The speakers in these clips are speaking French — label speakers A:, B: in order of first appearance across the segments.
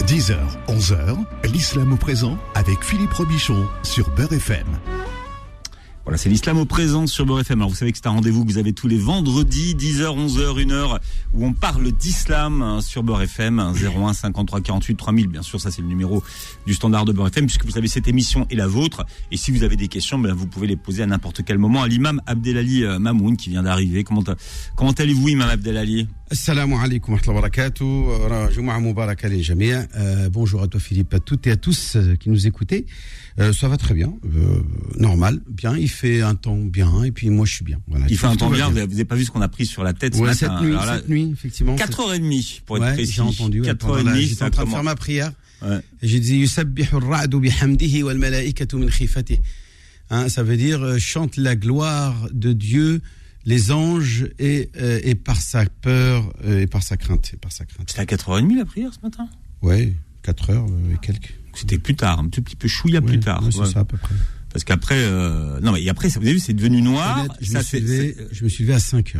A: 10h, 11h, l'islam au présent avec Philippe Robichon sur Beurre FM.
B: Voilà, c'est l'islam au présent sur Beurre FM. Alors vous savez que c'est un rendez-vous que vous avez tous les vendredis, 10h, 11h, 1h, où on parle d'islam sur Beurre FM, 01 53 48 3000. Bien sûr, ça c'est le numéro du standard de Beurre FM, puisque vous savez cette émission est la vôtre. Et si vous avez des questions, vous pouvez les poser à n'importe quel moment à l'imam Abdelali Mamoun qui vient d'arriver. Comment allez-vous, imam Abdelali?
C: Assalamu alaikum wa rahmatullahi wa barakatuh. Jumu'ah mubaraka lil jami'. Bonjour à toi Philippe, à toutes et à tous qui nous écoutez. Ça va très bien, normal, bien. Il fait un temps bien et puis moi je suis bien. Voilà.
B: Il fait un temps bien. Vous avez pas vu ce qu'on a pris sur la tête ce matin?
C: Cette nuit, effectivement.
B: 4h30, pour être précis.
C: J'ai entendu.
B: 4h30.
C: J'étais en train de faire ma prière.
B: Ouais.
C: Et j'ai dit yusabbihu ar-ra'du bihamdihi wal malaikatu min khifatihi. Ça veut dire chante la gloire de Dieu, les anges et par sa peur et par sa crainte.
B: C'était à 4h30 la prière ce matin?
C: Ouais, 4h et quelques.
B: C'était plus tard, un tout petit peu chouïa plus tard.
C: Ouais, c'est ça à peu près.
B: Parce qu'après, non mais après, vous avez vu, c'est devenu noir.
C: Je me suis levé à 5h.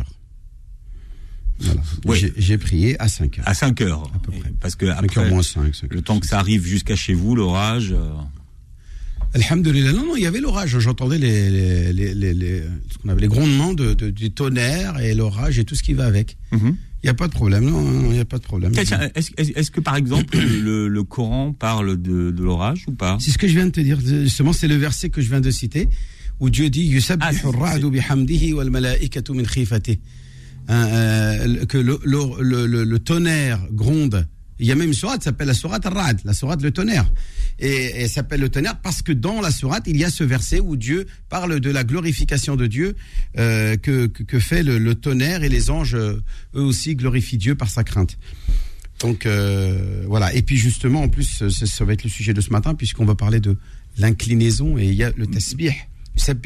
C: Voilà. Ouais. J'ai prié à 5h.
B: À 5h.
C: À peu près.
B: Parce que
C: 5h
B: après,
C: moins 5,
B: le temps que ça arrive jusqu'à chez vous, l'orage.
C: Alhamdulillah, non, il y avait l'orage. J'entendais ce qu'on appelle les grondements du tonnerre et l'orage et tout ce qui va avec.
B: Mm-hmm.
C: Il n'y a pas de problème, non, il n'y a pas de problème.
B: Est-ce que par exemple le Coran parle de l'orage ou pas?
C: C'est ce que je viens de te dire, justement, c'est le verset que je viens de citer, où Dieu dit Yusabbihu ar-ra'du bihamdihi wal malaikatu min khifatihi. Que le tonnerre gronde. Il y a même une sourate qui s'appelle la sourate ar-Ra'd, la sourate le tonnerre. Et elle s'appelle le tonnerre parce que dans la sourate, il y a ce verset où Dieu parle de la glorification de Dieu que fait le tonnerre, et les anges, eux aussi, glorifient Dieu par sa crainte. Donc, voilà. Et puis justement, en plus, ça va être le sujet de ce matin, puisqu'on va parler de l'inclinaison, et il y a le tasbih. Quel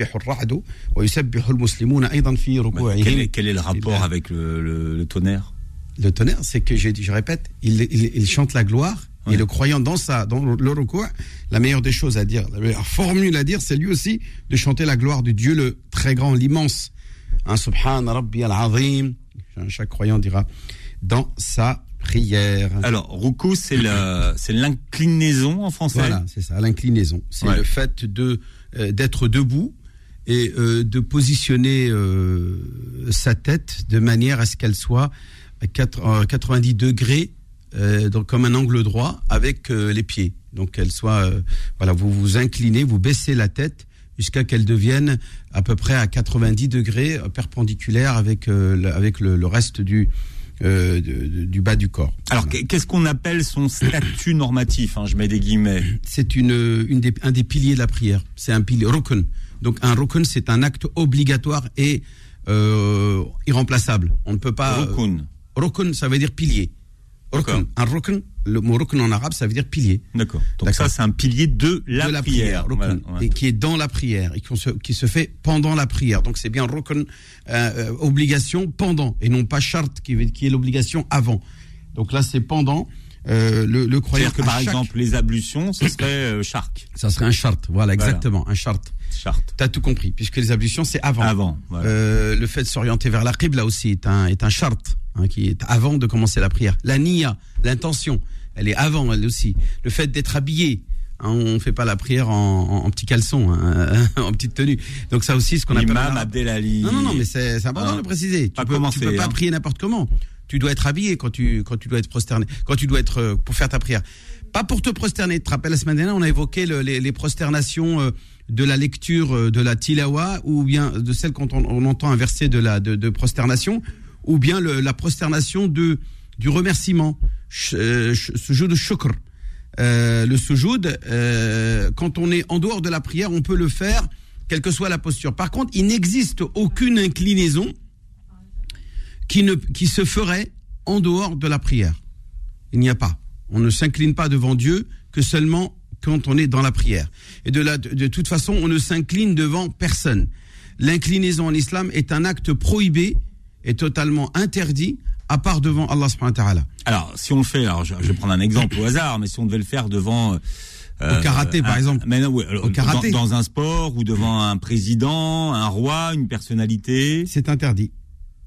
B: est le rapport avec le tonnerre?
C: Le tonnerre, c'est que, je répète, il chante la gloire, ouais. Et le croyant dans le recours, la meilleure des choses à dire, la meilleure formule à dire, c'est lui aussi de chanter la gloire de Dieu, le très grand, l'immense. Subhan Rabbi al-Azim. Chaque croyant dira dans sa prière.
B: Alors, Ruku, c'est l'inclinaison en français.
C: Voilà, c'est ça, l'inclinaison. C'est le fait d'être debout et de positionner sa tête de manière à ce qu'elle soit 90 degrés, donc comme un angle droit avec les pieds. Donc qu'elle soit, vous vous inclinez, vous baissez la tête jusqu'à qu'elle devienne à peu près à 90 degrés perpendiculaire avec le reste du bas du corps.
B: Alors, voilà. Qu'est-ce qu'on appelle son statut normatif, je mets des guillemets?
C: C'est un des piliers de la prière. C'est un pilier, rukn. Donc un rukn, c'est un acte obligatoire et irremplaçable. On ne peut pas... Rukn, ça veut dire pilier. Rukn. Un rukn, le mot rukn en arabe, ça veut dire pilier.
B: D'accord. Donc ça, c'est un pilier de la prière.
C: Rukn, et qui est dans la prière, et qui se fait pendant la prière. Donc c'est bien rukn, obligation pendant, et non pas shart, qui est l'obligation avant. Donc là, c'est pendant. Le croyant.
B: C'est-à-dire que par exemple, les ablutions, ce serait shark.
C: Ça serait un shart, voilà, exactement, un shart. T'as tout compris, puisque les ablutions, c'est avant. Voilà. Le fait de s'orienter vers la qibla aussi est un shart, qui est avant de commencer la prière. La niya, l'intention, elle est avant, elle aussi. Le fait d'être habillé, on fait pas la prière en petit caleçon, en petite tenue. Donc ça aussi, ce qu'on appelle
B: Imam Abdelali.
C: Non, mais c'est important de le préciser. Tu peux pas prier n'importe comment. Tu dois être habillé quand tu dois être prosterné, quand tu dois être pour faire ta prière. Pas pour te prosterner. Tu te rappelles, la semaine dernière, on a évoqué les prosternations de la lecture de la tilawa, ou bien de celle quand on entend un verset de prosternation, ou bien la prosternation du remerciement, sujoud de shukr. Le sujoud, quand on est en dehors de la prière, on peut le faire, quelle que soit la posture. Par contre, il n'existe aucune inclinaison qui se ferait en dehors de la prière. Il n'y a pas. On ne s'incline pas devant Dieu que seulement quand on est dans la prière. Et de toute façon, on ne s'incline devant personne. L'inclinaison en islam est un acte prohibé et totalement interdit, à part devant Allah subhanahu wa ta'ala.
B: Alors, si on le fait, je vais prendre un exemple au hasard, mais si on devait le faire devant...
C: au karaté, par exemple.
B: Mais non, oui,
C: au karaté.
B: Dans un sport, ou devant un président, un roi, une personnalité...
C: C'est interdit.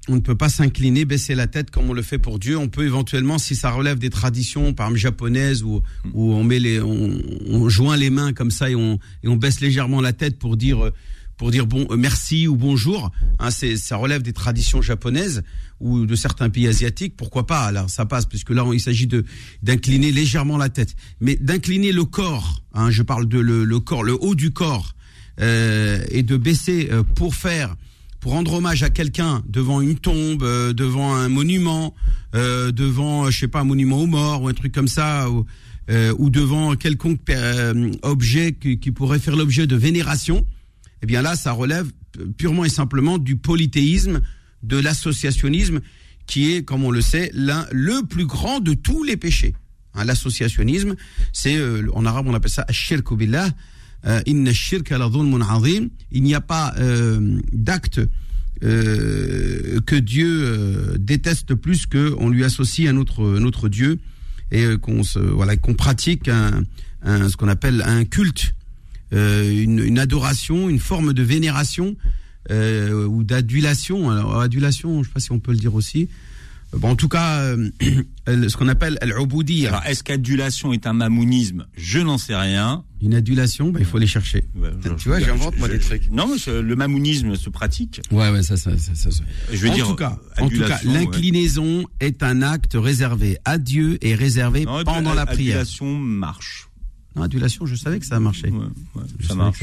C: on ne peut pas s'incliner, baisser la tête comme on le fait pour Dieu. On peut éventuellement, si ça relève des traditions, par exemple japonaises, où on joint les mains comme ça et on baisse légèrement la tête pour dire merci ou bonjour. Hein, ça relève des traditions japonaises ou de certains pays asiatiques. Pourquoi pas? Alors ça passe, puisque là il s'agit d'incliner légèrement la tête, mais d'incliner le corps. Hein, je parle de le corps, le haut du corps, et de baisser pour rendre hommage à quelqu'un devant une tombe, devant un monument, devant, je sais pas, un monument aux morts ou un truc comme ça, ou devant quelconque objet qui pourrait faire l'objet de vénération. Eh bien là, ça relève purement et simplement du polythéisme, de l'associationnisme, qui est, comme on le sait, le plus grand de tous les péchés. Hein, l'associationnisme, c'est, en arabe on appelle ça ash-shirku billah. Inna ash-shirka la dhulmun azim. Il n'y a pas d'acte que Dieu déteste plus qu'on lui associe un autre Dieu, et qu'on pratique ce qu'on appelle un culte, une adoration, une forme de vénération ou d'adulation. Alors adulation, je ne sais pas si on peut le dire aussi. Bon, en tout cas, ce qu'on appelle al-ubudiyya.
B: Alors, est-ce qu'adulation est un mamounisme? Je n'en sais rien.
C: Une adulation, il faut les chercher. Ouais, tu vois, j'invente moi des trucs.
B: Non, mais le mamounisme se pratique.
C: Ouais, ça.
B: Je veux dire,
C: en tout cas, l'inclinaison est un acte réservé à Dieu et réservé pendant la prière.
B: Adulation marche.
C: Non, adulation, je savais que ça marchait.
B: Ça marche.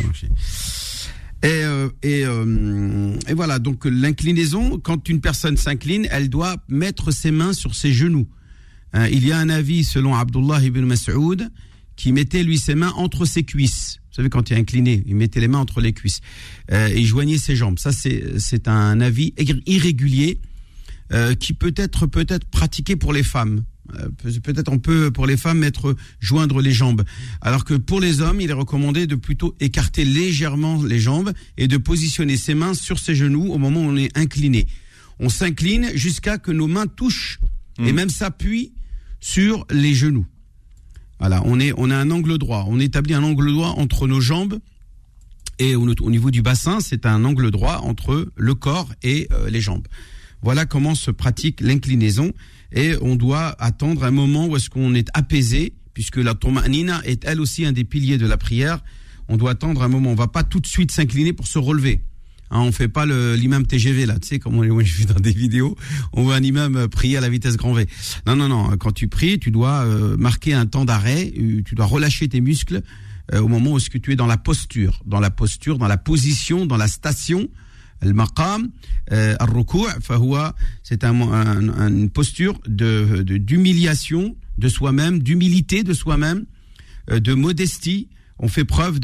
C: Et voilà, donc l'inclinaison, quand une personne s'incline, elle doit mettre ses mains sur ses genoux. Il y a un avis selon Abdullah ibn Mas'ud qui mettait lui ses mains entre ses cuisses. Vous savez, quand il est incliné, il mettait les mains entre les cuisses et il joignait ses jambes. Ça, c'est un avis irrégulier qui peut être pratiqué pour les femmes. Peut-être on peut pour les femmes joindre les jambes, alors que pour les hommes il est recommandé de plutôt écarter légèrement les jambes et de positionner ses mains sur ses genoux au moment où on est incliné. On s'incline jusqu'à que nos mains touchent et même s'appuient sur les genoux. Voilà, on a un angle droit, on établit un angle droit entre nos jambes et au niveau du bassin, c'est un angle droit entre le corps et les jambes. Voilà comment se pratique l'inclinaison. Et on doit attendre un moment où est-ce qu'on est apaisé, puisque la tuma'nina est elle aussi un des piliers de la prière. On doit attendre un moment. On va pas tout de suite s'incliner pour se relever. Hein, on fait pas l'imam TGV là, tu sais comme moi je vis dans des vidéos. On voit un imam prier à la vitesse grand V. Non. Quand tu pries, tu dois marquer un temps d'arrêt. Tu dois relâcher tes muscles au moment où est-ce que tu es dans la posture, dans la position, dans la station. Al-maqam, al-ruku', c'est une posture d'humiliation de soi-même, d'humilité de soi-même, de modestie. On fait preuve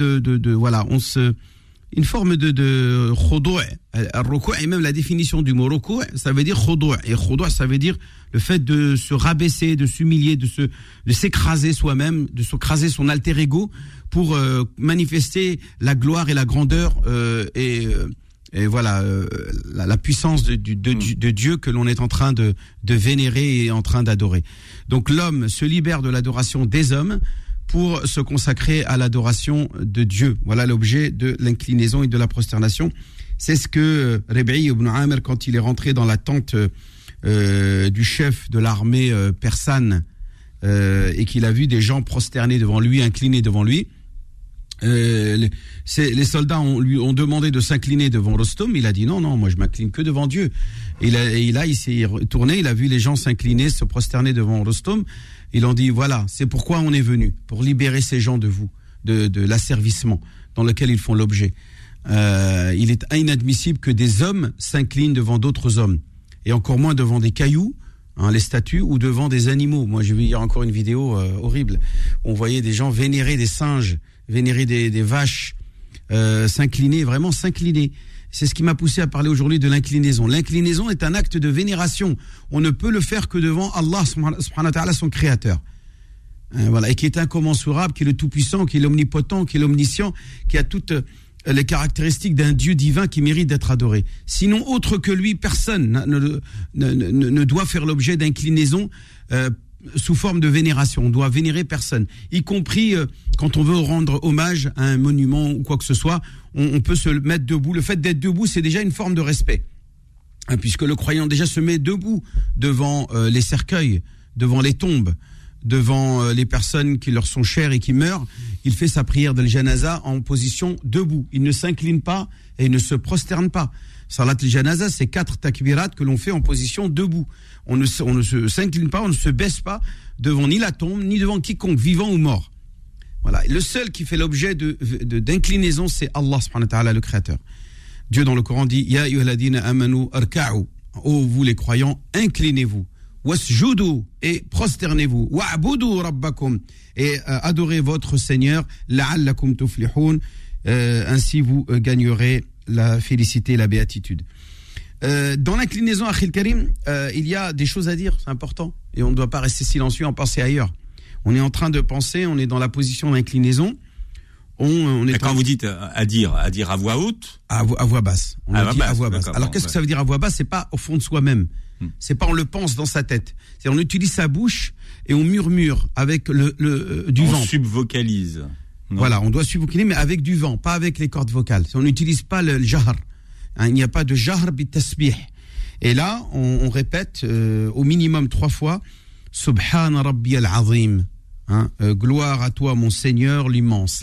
C: une forme de khudu'. Al-ruku' et même la définition du mot ruku', ça veut dire khudu'. Et khudu', ça veut dire le fait de se rabaisser, de s'humilier, de s'écraser soi-même, de s'écraser son alter ego pour manifester la gloire et la grandeur et voilà la puissance de Dieu que l'on est en train de vénérer et en train d'adorer. Donc l'homme se libère de l'adoration des hommes pour se consacrer à l'adoration de Dieu. Voilà l'objet de l'inclinaison et de la prosternation. C'est ce que Rabi' ibn Amr, quand il est rentré dans la tente du chef de l'armée persane et qu'il a vu des gens prosternés devant lui, inclinés devant lui, les soldats lui ont demandé de s'incliner devant Rostom. Il a dit non, moi je m'incline que devant Dieu. Et là, il s'est retourné, il a vu les gens s'incliner, se prosterner devant Rostom. Ils ont dit voilà, c'est pourquoi on est venu, pour libérer ces gens de vous, de l'asservissement dans lequel ils font l'objet. Il est inadmissible que des hommes s'inclinent devant d'autres hommes, et encore moins devant des cailloux, les statues, ou devant des animaux. Moi, j'ai vu hier encore une vidéo horrible. On voyait des gens vénérer des singes, vénérer des vaches, s'incliner. C'est ce qui m'a poussé à parler aujourd'hui de l'inclinaison. L'inclinaison est un acte de vénération. On ne peut le faire que devant Allah subhanahu wa ta'ala, son créateur. Voilà, et qui est incommensurable, qui est le tout-puissant, qui est l'omnipotent, qui est l'omniscient, qui a toutes les caractéristiques d'un Dieu divin qui mérite d'être adoré. Sinon, autre que lui, personne ne doit faire l'objet d'inclinaison sous forme de vénération. On doit vénérer personne, y compris quand on veut rendre hommage à un monument ou quoi que ce soit. On peut se mettre debout. Le fait d'être debout, c'est déjà une forme de respect. puisque le croyant déjà se met debout devant les cercueils, devant les tombes, devant les personnes qui leur sont chères et qui meurent, il fait sa prière de l'janaza en position debout. Il ne s'incline pas et il ne se prosterne pas. Salat al-janaza, c'est 4 takbirat que l'on fait en position debout. On ne s'incline pas, on ne se baisse pas devant ni la tombe, ni devant quiconque, vivant ou mort. Voilà. Le seul qui fait l'objet d'inclinaison, c'est Allah subhanahu wa ta'ala, le Créateur. Dieu dans le Coran dit « Ya ayyuhalladhina amanu arka'u » ô vous les croyants, inclinez-vous. Wasjudu, et prosternez-vous. Wa'budu rabbakum, et adorez votre Seigneur. La'allakum tuflihun, ainsi vous gagnerez la félicité et la béatitude. Dans l'inclinaison, Akhil Karim, il y a des choses à dire, c'est important. Et on ne doit pas rester silencieux, en penser ailleurs. On est en train de penser, on est dans la position d'inclinaison.
B: Quand vous dites à dire à voix haute,
C: à voix basse. On dit à voix basse. Alors qu'est-ce que ça veut dire à voix basse? C'est pas au fond de soi-même. C'est pas on le pense dans sa tête. C'est on utilise sa bouche et on murmure avec du vent.
B: On subvocalise. Non.
C: Voilà, on doit subvocaliser, mais avec du vent, pas avec les cordes vocales. On n'utilise pas le jahr. Il n'y a pas de jahr bit tasbih. Et là, on répète au minimum 3 fois Subhana Rabbiyal Azim. Gloire à toi, mon Seigneur, l'immense,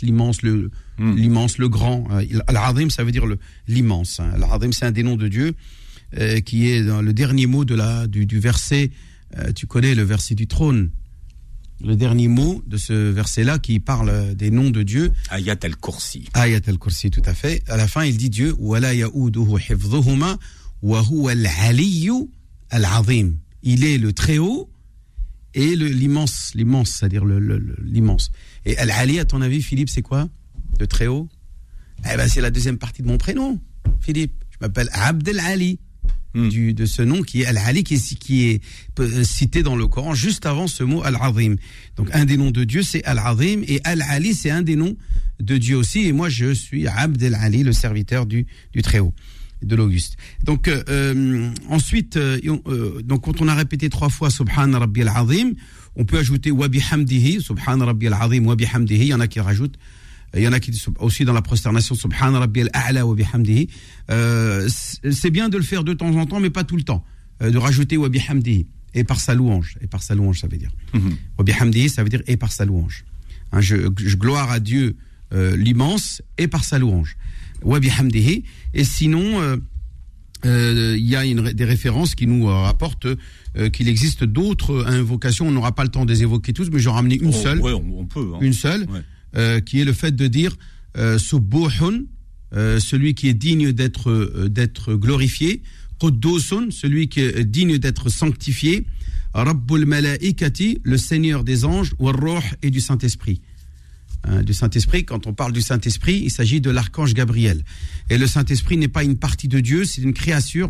C: le grand. Al-Azim, ça veut dire l'immense. Al-Azim, c'est un des noms de Dieu qui est dans le dernier mot du verset. Tu connais le verset du trône. Le dernier mot de ce verset-là qui parle des noms de Dieu.
B: Ayat al-Kursi.
C: Ayat al-Kursi, tout à fait. À la fin, il dit Dieu, wala ya'uduhu hifdhuhuma wa huwa al-aliyyu al-azim. Il est le très haut et l'immense, c'est-à-dire l'immense. Et al-ali, à ton avis, Philippe, c'est quoi? Le très haut? C'est la deuxième partie de mon prénom, Philippe. Je m'appelle Abd al-Ali. De ce nom qui est Al-Ali, qui est cité dans le Coran juste avant ce mot Al-Azim. Donc un des noms de Dieu c'est Al-Azim, et Al-Ali c'est un des noms de Dieu aussi, et moi je suis Abd al-Ali, le serviteur du Très-Haut, de l'Auguste. Donc ensuite, donc quand on a répété 3 fois Subhan Rabbi al-Azim, on peut ajouter Wa bihamdihi, Subhan Rabbi al-Azim wa bihamdihi, il y en a qui rajoutent. Il y en a qui aussi dans la prosternation Subhana Rabbiyal A'la wa bihamdihi. C'est bien de le faire de temps en temps, mais pas tout le temps. De rajouter wa bihamdihi, et par sa louange. Et par sa louange, ça veut dire. Wa bihamdihi, ça veut dire et par sa louange. Je gloire à Dieu l'immense et par sa louange. Wa bihamdihi. Et sinon, il y a des références qui nous rapportent qu'il existe d'autres invocations. On n'aura pas le temps de les évoquer tous, mais j'en ramenais une seule.
B: Ouais, on peut.
C: Une seule. Ouais. Qui est le fait de dire Subbuhun, celui qui est digne d'être glorifié, Quddusun, celui qui est digne d'être sanctifié, Rabbul Malaikati, le Seigneur des anges, War-Ruh, et du Saint-Esprit. Du Saint-Esprit, quand on parle du Saint-Esprit, il s'agit de l'archange Gabriel. Et le Saint-Esprit n'est pas une partie de Dieu, c'est une créature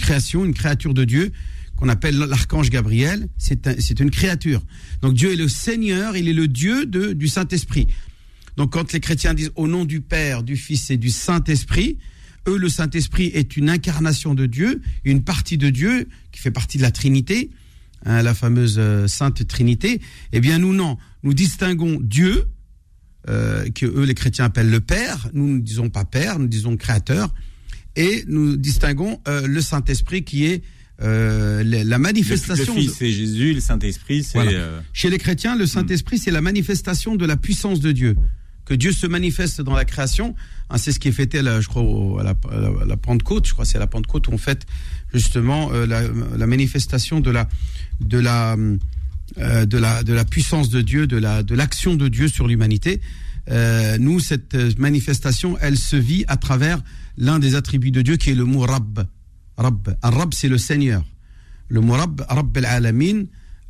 C: de Dieu, qu'on appelle l'archange Gabriel. C'est une créature. Donc Dieu est le Seigneur, il est le Dieu du Saint-Esprit. Donc quand les chrétiens disent au nom du Père, du Fils et du Saint-Esprit, eux, le Saint-Esprit est une incarnation de Dieu, une partie de Dieu qui fait partie de la Trinité, la fameuse Sainte Trinité. Eh bien nous, non. Nous distinguons Dieu, que eux, les chrétiens, appellent le Père. Nous ne disons pas Père, nous disons Créateur. Et nous distinguons le Saint-Esprit qui est la manifestation.
B: Le Fils, c'est Jésus, le Saint-Esprit, c'est...
C: Voilà. Chez les chrétiens, le Saint-Esprit, c'est la manifestation de la puissance de Dieu. Que Dieu se manifeste dans la création. C'est ce qui est fêté, je crois, à la Pentecôte. Je crois que c'est à la Pentecôte où on fête justement la manifestation de la puissance de Dieu, de l'action de Dieu sur l'humanité. Nous, cette manifestation, elle se vit à travers l'un des attributs de Dieu qui est le mot Rabb. Rabb. Rabb, c'est le Seigneur. Le mot Rabb, Rabb al-Alamin,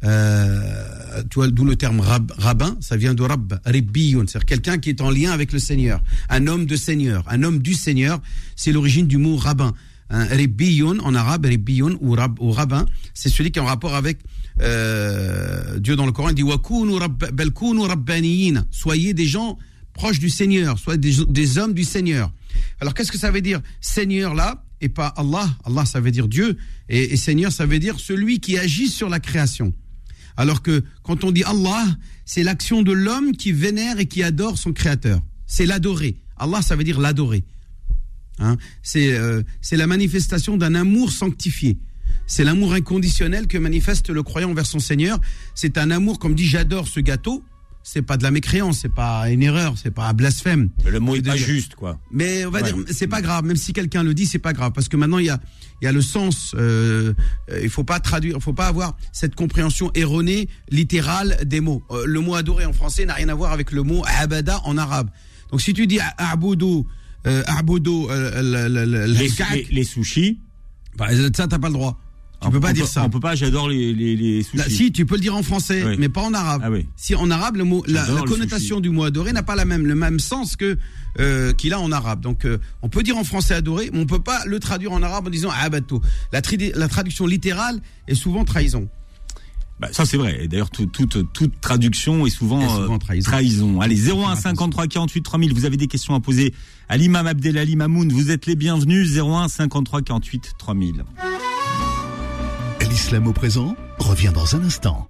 C: tu vois, d'où le terme rabbin, ça vient de Rabb, Ribbiyun, c'est-à-dire quelqu'un qui est en lien avec le Seigneur, un homme de Seigneur, un homme du Seigneur, c'est l'origine du mot rabbin. Ribbiyun en arabe, Ribbiyun ou rabbin, c'est celui qui est en rapport avec Dieu dans le Coran. Il dit bal kunu rabbaniyin, soyez des gens proches du Seigneur, soyez des hommes du Seigneur. Alors qu'est-ce que ça veut dire Seigneur là, et pas Allah. Allah, ça veut dire Dieu, et Seigneur, ça veut dire celui qui agit sur la création. Alors que quand on dit Allah, c'est l'action de l'homme qui vénère et qui adore son créateur. C'est l'adorer. Allah, ça veut dire l'adorer. Hein. C'est la manifestation d'un amour sanctifié. C'est l'amour inconditionnel que manifeste le croyant envers son Seigneur. C'est un amour, comme dit, j'adore ce gâteau. C'est pas de la mécréance, c'est pas une erreur, c'est pas un blasphème.
B: Mais le mot est pas juste, quoi.
C: Mais on va dire, c'est pas grave. Même si quelqu'un le dit, c'est pas grave, parce que maintenant il y a le sens. Il faut pas traduire, il faut pas avoir cette compréhension erronée, littérale des mots. Le mot adorer en français n'a rien à voir avec le mot abada en arabe. Donc si tu dis a'budu,
B: les sushis,
C: bah, ça t'as pas le droit. Tu peux pas dire ça.
B: On peut pas, j'adore les sushis.
C: Là, si, tu peux le dire en français, mais pas en arabe.
B: Ah oui.
C: Si en arabe, le mot, la connotation du mot adorer n'a pas le même sens que qu'il a en arabe. Donc, on peut dire en français adorer, mais on peut pas le traduire en arabe en disant abatu. La traduction littérale est souvent trahison.
B: Bah, ça c'est vrai. Et d'ailleurs, toute traduction est souvent trahison. Allez, 01 53 48 3000. Vous avez des questions à poser à l'imam Abdelali Mamoun. Vous êtes les bienvenus. 01 53 48 3000.
A: L'islam au présent revient dans un instant.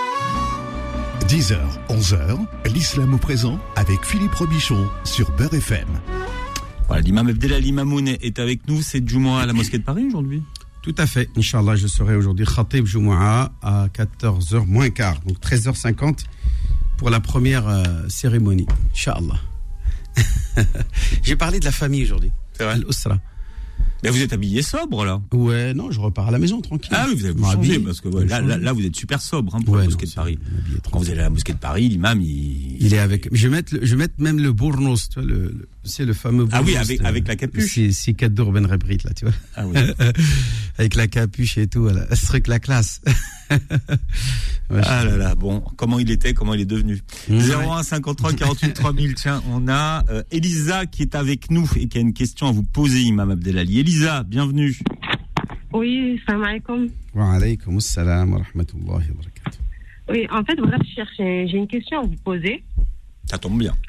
A: 10h, 11h, l'islam au présent avec Philippe Robichon sur Beurre FM.
B: Voilà, l'imam Abdelali Mamoun est avec nous. C'est Jumu'ah à la mosquée de Paris aujourd'hui.
C: Tout à fait. Inch'Allah, je serai aujourd'hui Khatib Jumu'ah à 14h moins quart. Donc 13h50 pour la première cérémonie. Inch'Allah. J'ai parlé de la famille aujourd'hui.
B: C'est vrai.
C: Al-Usra.
B: Mais vous êtes habillé sobre là.
C: Ouais, non, je repars à la maison tranquille.
B: Ah oui, vous avez changé parce que là vous êtes super sobre pour la mosquée de Paris. Quand vous allez à la mosquée de Paris, l'imam il
C: est avec. Je vais mettre même le bournos, tu vois, c'est le fameux bournos.
B: Ah oui, avec la capuche.
C: C'est Kaddour Ben Rebrit là, tu vois.
B: Ah oui.
C: Avec la capuche et tout, voilà. Ce serait que la classe.
B: Ah là là, bon, comment il est devenu. 01 53 48 3000. Tiens, on a Elisa qui est avec nous et qui a une question à vous poser, Imam Abdelali. Elisa, bienvenue.
D: Oui, salam alaikum.
C: Wa alaykum assalam wa rahmatullahi wa barakatuh.
D: Oui, en fait, voilà, j'ai une question à vous poser.
B: Ça tombe bien.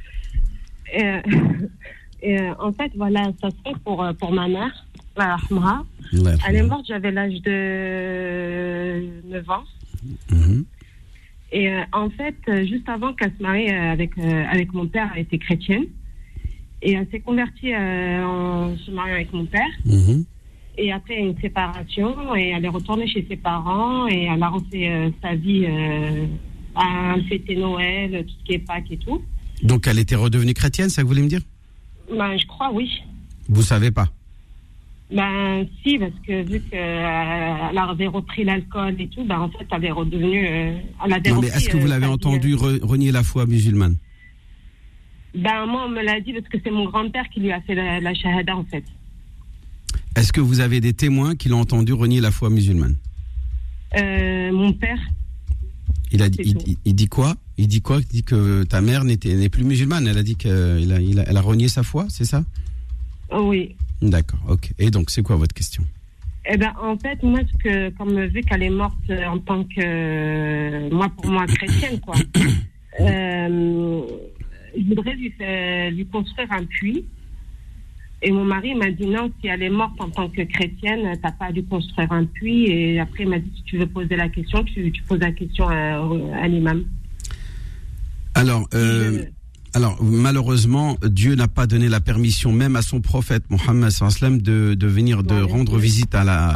D: En fait, voilà, ça serait pour ma mère, Rahma. Elle est morte, j'avais l'âge de 9 ans. Mm-hmm. Et en fait, juste avant qu'elle se marie avec mon père, elle était chrétienne. Et elle s'est convertie en se mariant avec mon père. Mm-hmm. Et après, il y a une séparation. Et elle est retournée chez ses parents. Et elle a refait sa vie à fêter Noël, tout ce qui est Pâques et tout.
C: Donc, elle était redevenue chrétienne, c'est ça que vous voulez me dire?
D: Ben, je crois, oui.
C: Vous savez pas?
D: Ben, si, parce que vu qu'elle avait repris l'alcool et tout, ben, en fait, elle avait redevenu...
C: non, mais est-ce que vous l'avez entendu renier la foi musulmane?
D: Ben, moi, on me l'a dit parce que c'est mon grand-père qui lui a fait la shahada, en fait.
C: Est-ce que vous avez des témoins qui l'ont entendu renier la foi musulmane?
D: Mon père.
C: Il dit quoi? Il dit que ta mère n'est plus musulmane. Elle a dit qu'elle a renié sa foi, c'est ça?
D: Oui.
C: D'accord, ok. Et donc, c'est quoi votre question?
D: Eh ben, en fait, moi, comme vu qu'elle est morte en tant que, pour moi, chrétienne, quoi, je voudrais lui construire un puits. Et mon mari m'a dit non, si elle est morte en tant que chrétienne, t'as pas à lui construire un puits. Et après, il m'a dit si tu veux poser la question, tu poses la question à l'imam.
C: Alors, malheureusement, Dieu n'a pas donné la permission même à son prophète Mohammed sallam de venir rendre visite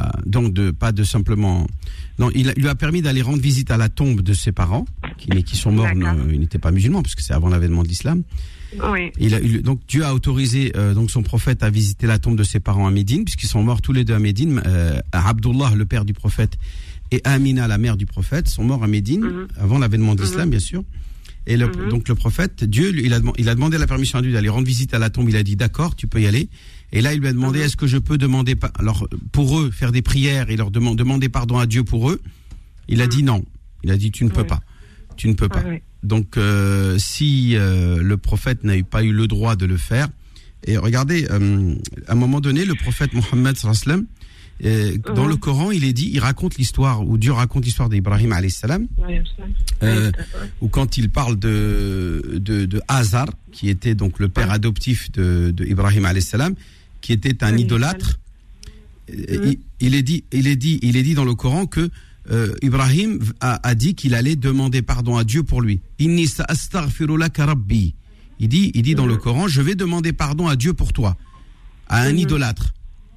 C: il lui a permis d'aller rendre visite à la tombe de ses parents qui sont morts. Ils n'étaient pas musulmans puisque c'est avant l'avènement de l'islam.
D: Oui.
C: Donc Dieu a autorisé donc son prophète à visiter la tombe de ses parents à Médine puisqu'ils sont morts tous les deux à Médine. Abdullah, le père du prophète, et Amina, la mère du prophète, sont morts à Médine avant l'avènement de l'islam, bien sûr. Et donc le prophète, Dieu, il a demandé la permission à Dieu d'aller rendre visite à la tombe. Il a dit d'accord, tu peux y aller. Et là, il lui a demandé est-ce que je peux demander pour eux faire des prières et leur demander pardon à Dieu pour eux. Il a dit non. Il a dit tu ne peux pas. Tu ne peux pas. Donc si le prophète n'a pas eu le droit de le faire, et regardez, à un moment donné, le prophète Mohammed sallam, dans le Coran, il raconte l'histoire, ou Dieu raconte l'histoire d'Ibrahim alayhi salam, où quand il parle de Hazar, qui était donc le père adoptif de Ibrahim alayhi salam, qui était un idolâtre, il est dit dans le Coran que Ibrahim a dit qu'il allait demander pardon à Dieu pour lui. Inni sa'astaghfiru laka rabbi. Il dit dans le Coran, je vais demander pardon à Dieu pour toi. à un idolâtre.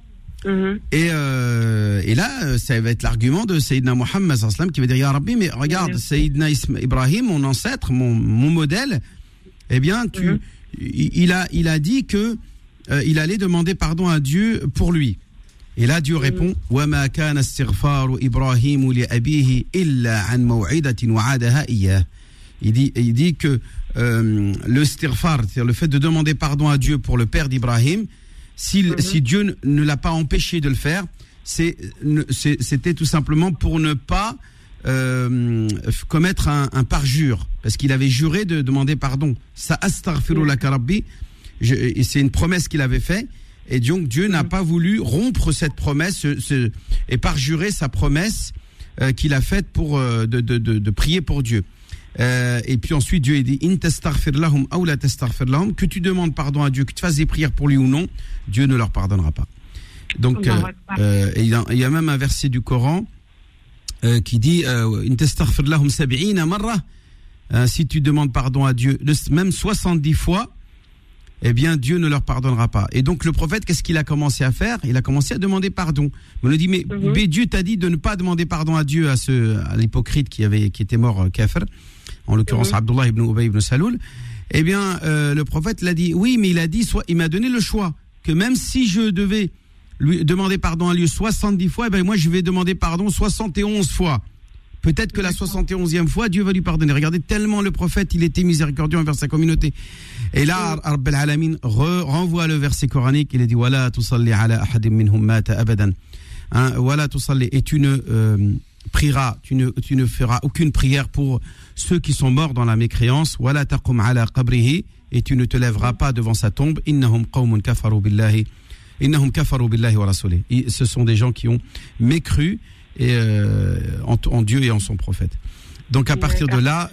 C: Et là, ça va être l'argument de Sayyidina Muhammad sallallahu alayhi wa sallam qui va dire Ya Rabbi, mais regarde, Sayyidina Ibrahim, mon ancêtre, mon modèle, eh bien, il a dit que il allait demander pardon à Dieu pour lui. Et là, Dieu répond Wa ma kana istighfaru Ibrahim li abihi illa an maw'idatin wa'adaha iyyah. Il dit que le istighfar, c'est-à-dire le fait de demander pardon à Dieu pour le père d'Ibrahim, si Dieu ne l'a pas empêché de le faire, c'était tout simplement pour ne pas commettre un parjure, parce qu'il avait juré de demander pardon. Ça astaghfiru laka rabbi, c'est une promesse qu'il avait faite, et donc Dieu n'a pas voulu rompre cette promesse et parjurer sa promesse qu'il a faite pour de prier pour Dieu. Et puis ensuite Dieu dit in tastaghfir lahum aw la tastaghfir lahum, que tu demandes pardon à Dieu, que tu fasses des prières pour lui ou non, Dieu ne leur pardonnera pas. Donc il y a même un verset du Coran qui dit in tastaghfir lahum 70 marra, si tu demandes pardon à Dieu même 70 fois, eh bien Dieu ne leur pardonnera pas. Et donc le prophète, qu'est-ce qu'il a commencé à faire? Il a commencé à demander pardon. On lui dit mais Dieu t'a dit de ne pas demander pardon à Dieu, à l'hypocrite qui était mort kafir, en l'occurrence Abdullah ibn Ubay ibn Saloul. Eh bien le prophète l'a dit, oui, mais il m'a donné le choix que même si je devais lui demander pardon à lui 70 fois, eh bien moi je vais demander pardon 71 fois. Peut-être que la 71e fois, Dieu va lui pardonner. Regardez, tellement le prophète, il était miséricordieux envers sa communauté. Et là, Rabb al-Alamin renvoie le verset coranique, il a dit « Wala tusalli ala ahadim minhum mata abadan » Wala tusalli, et tu ne prieras, tu ne feras aucune prière pour ceux qui sont morts dans la mécréance. Wala taqum ala qabrihi, et tu ne te lèveras pas devant sa tombe. Innahum qawmun kafaru billahi wa rasulih. Ce sont des gens qui ont mécru en Dieu et en son prophète. Donc à partir de là,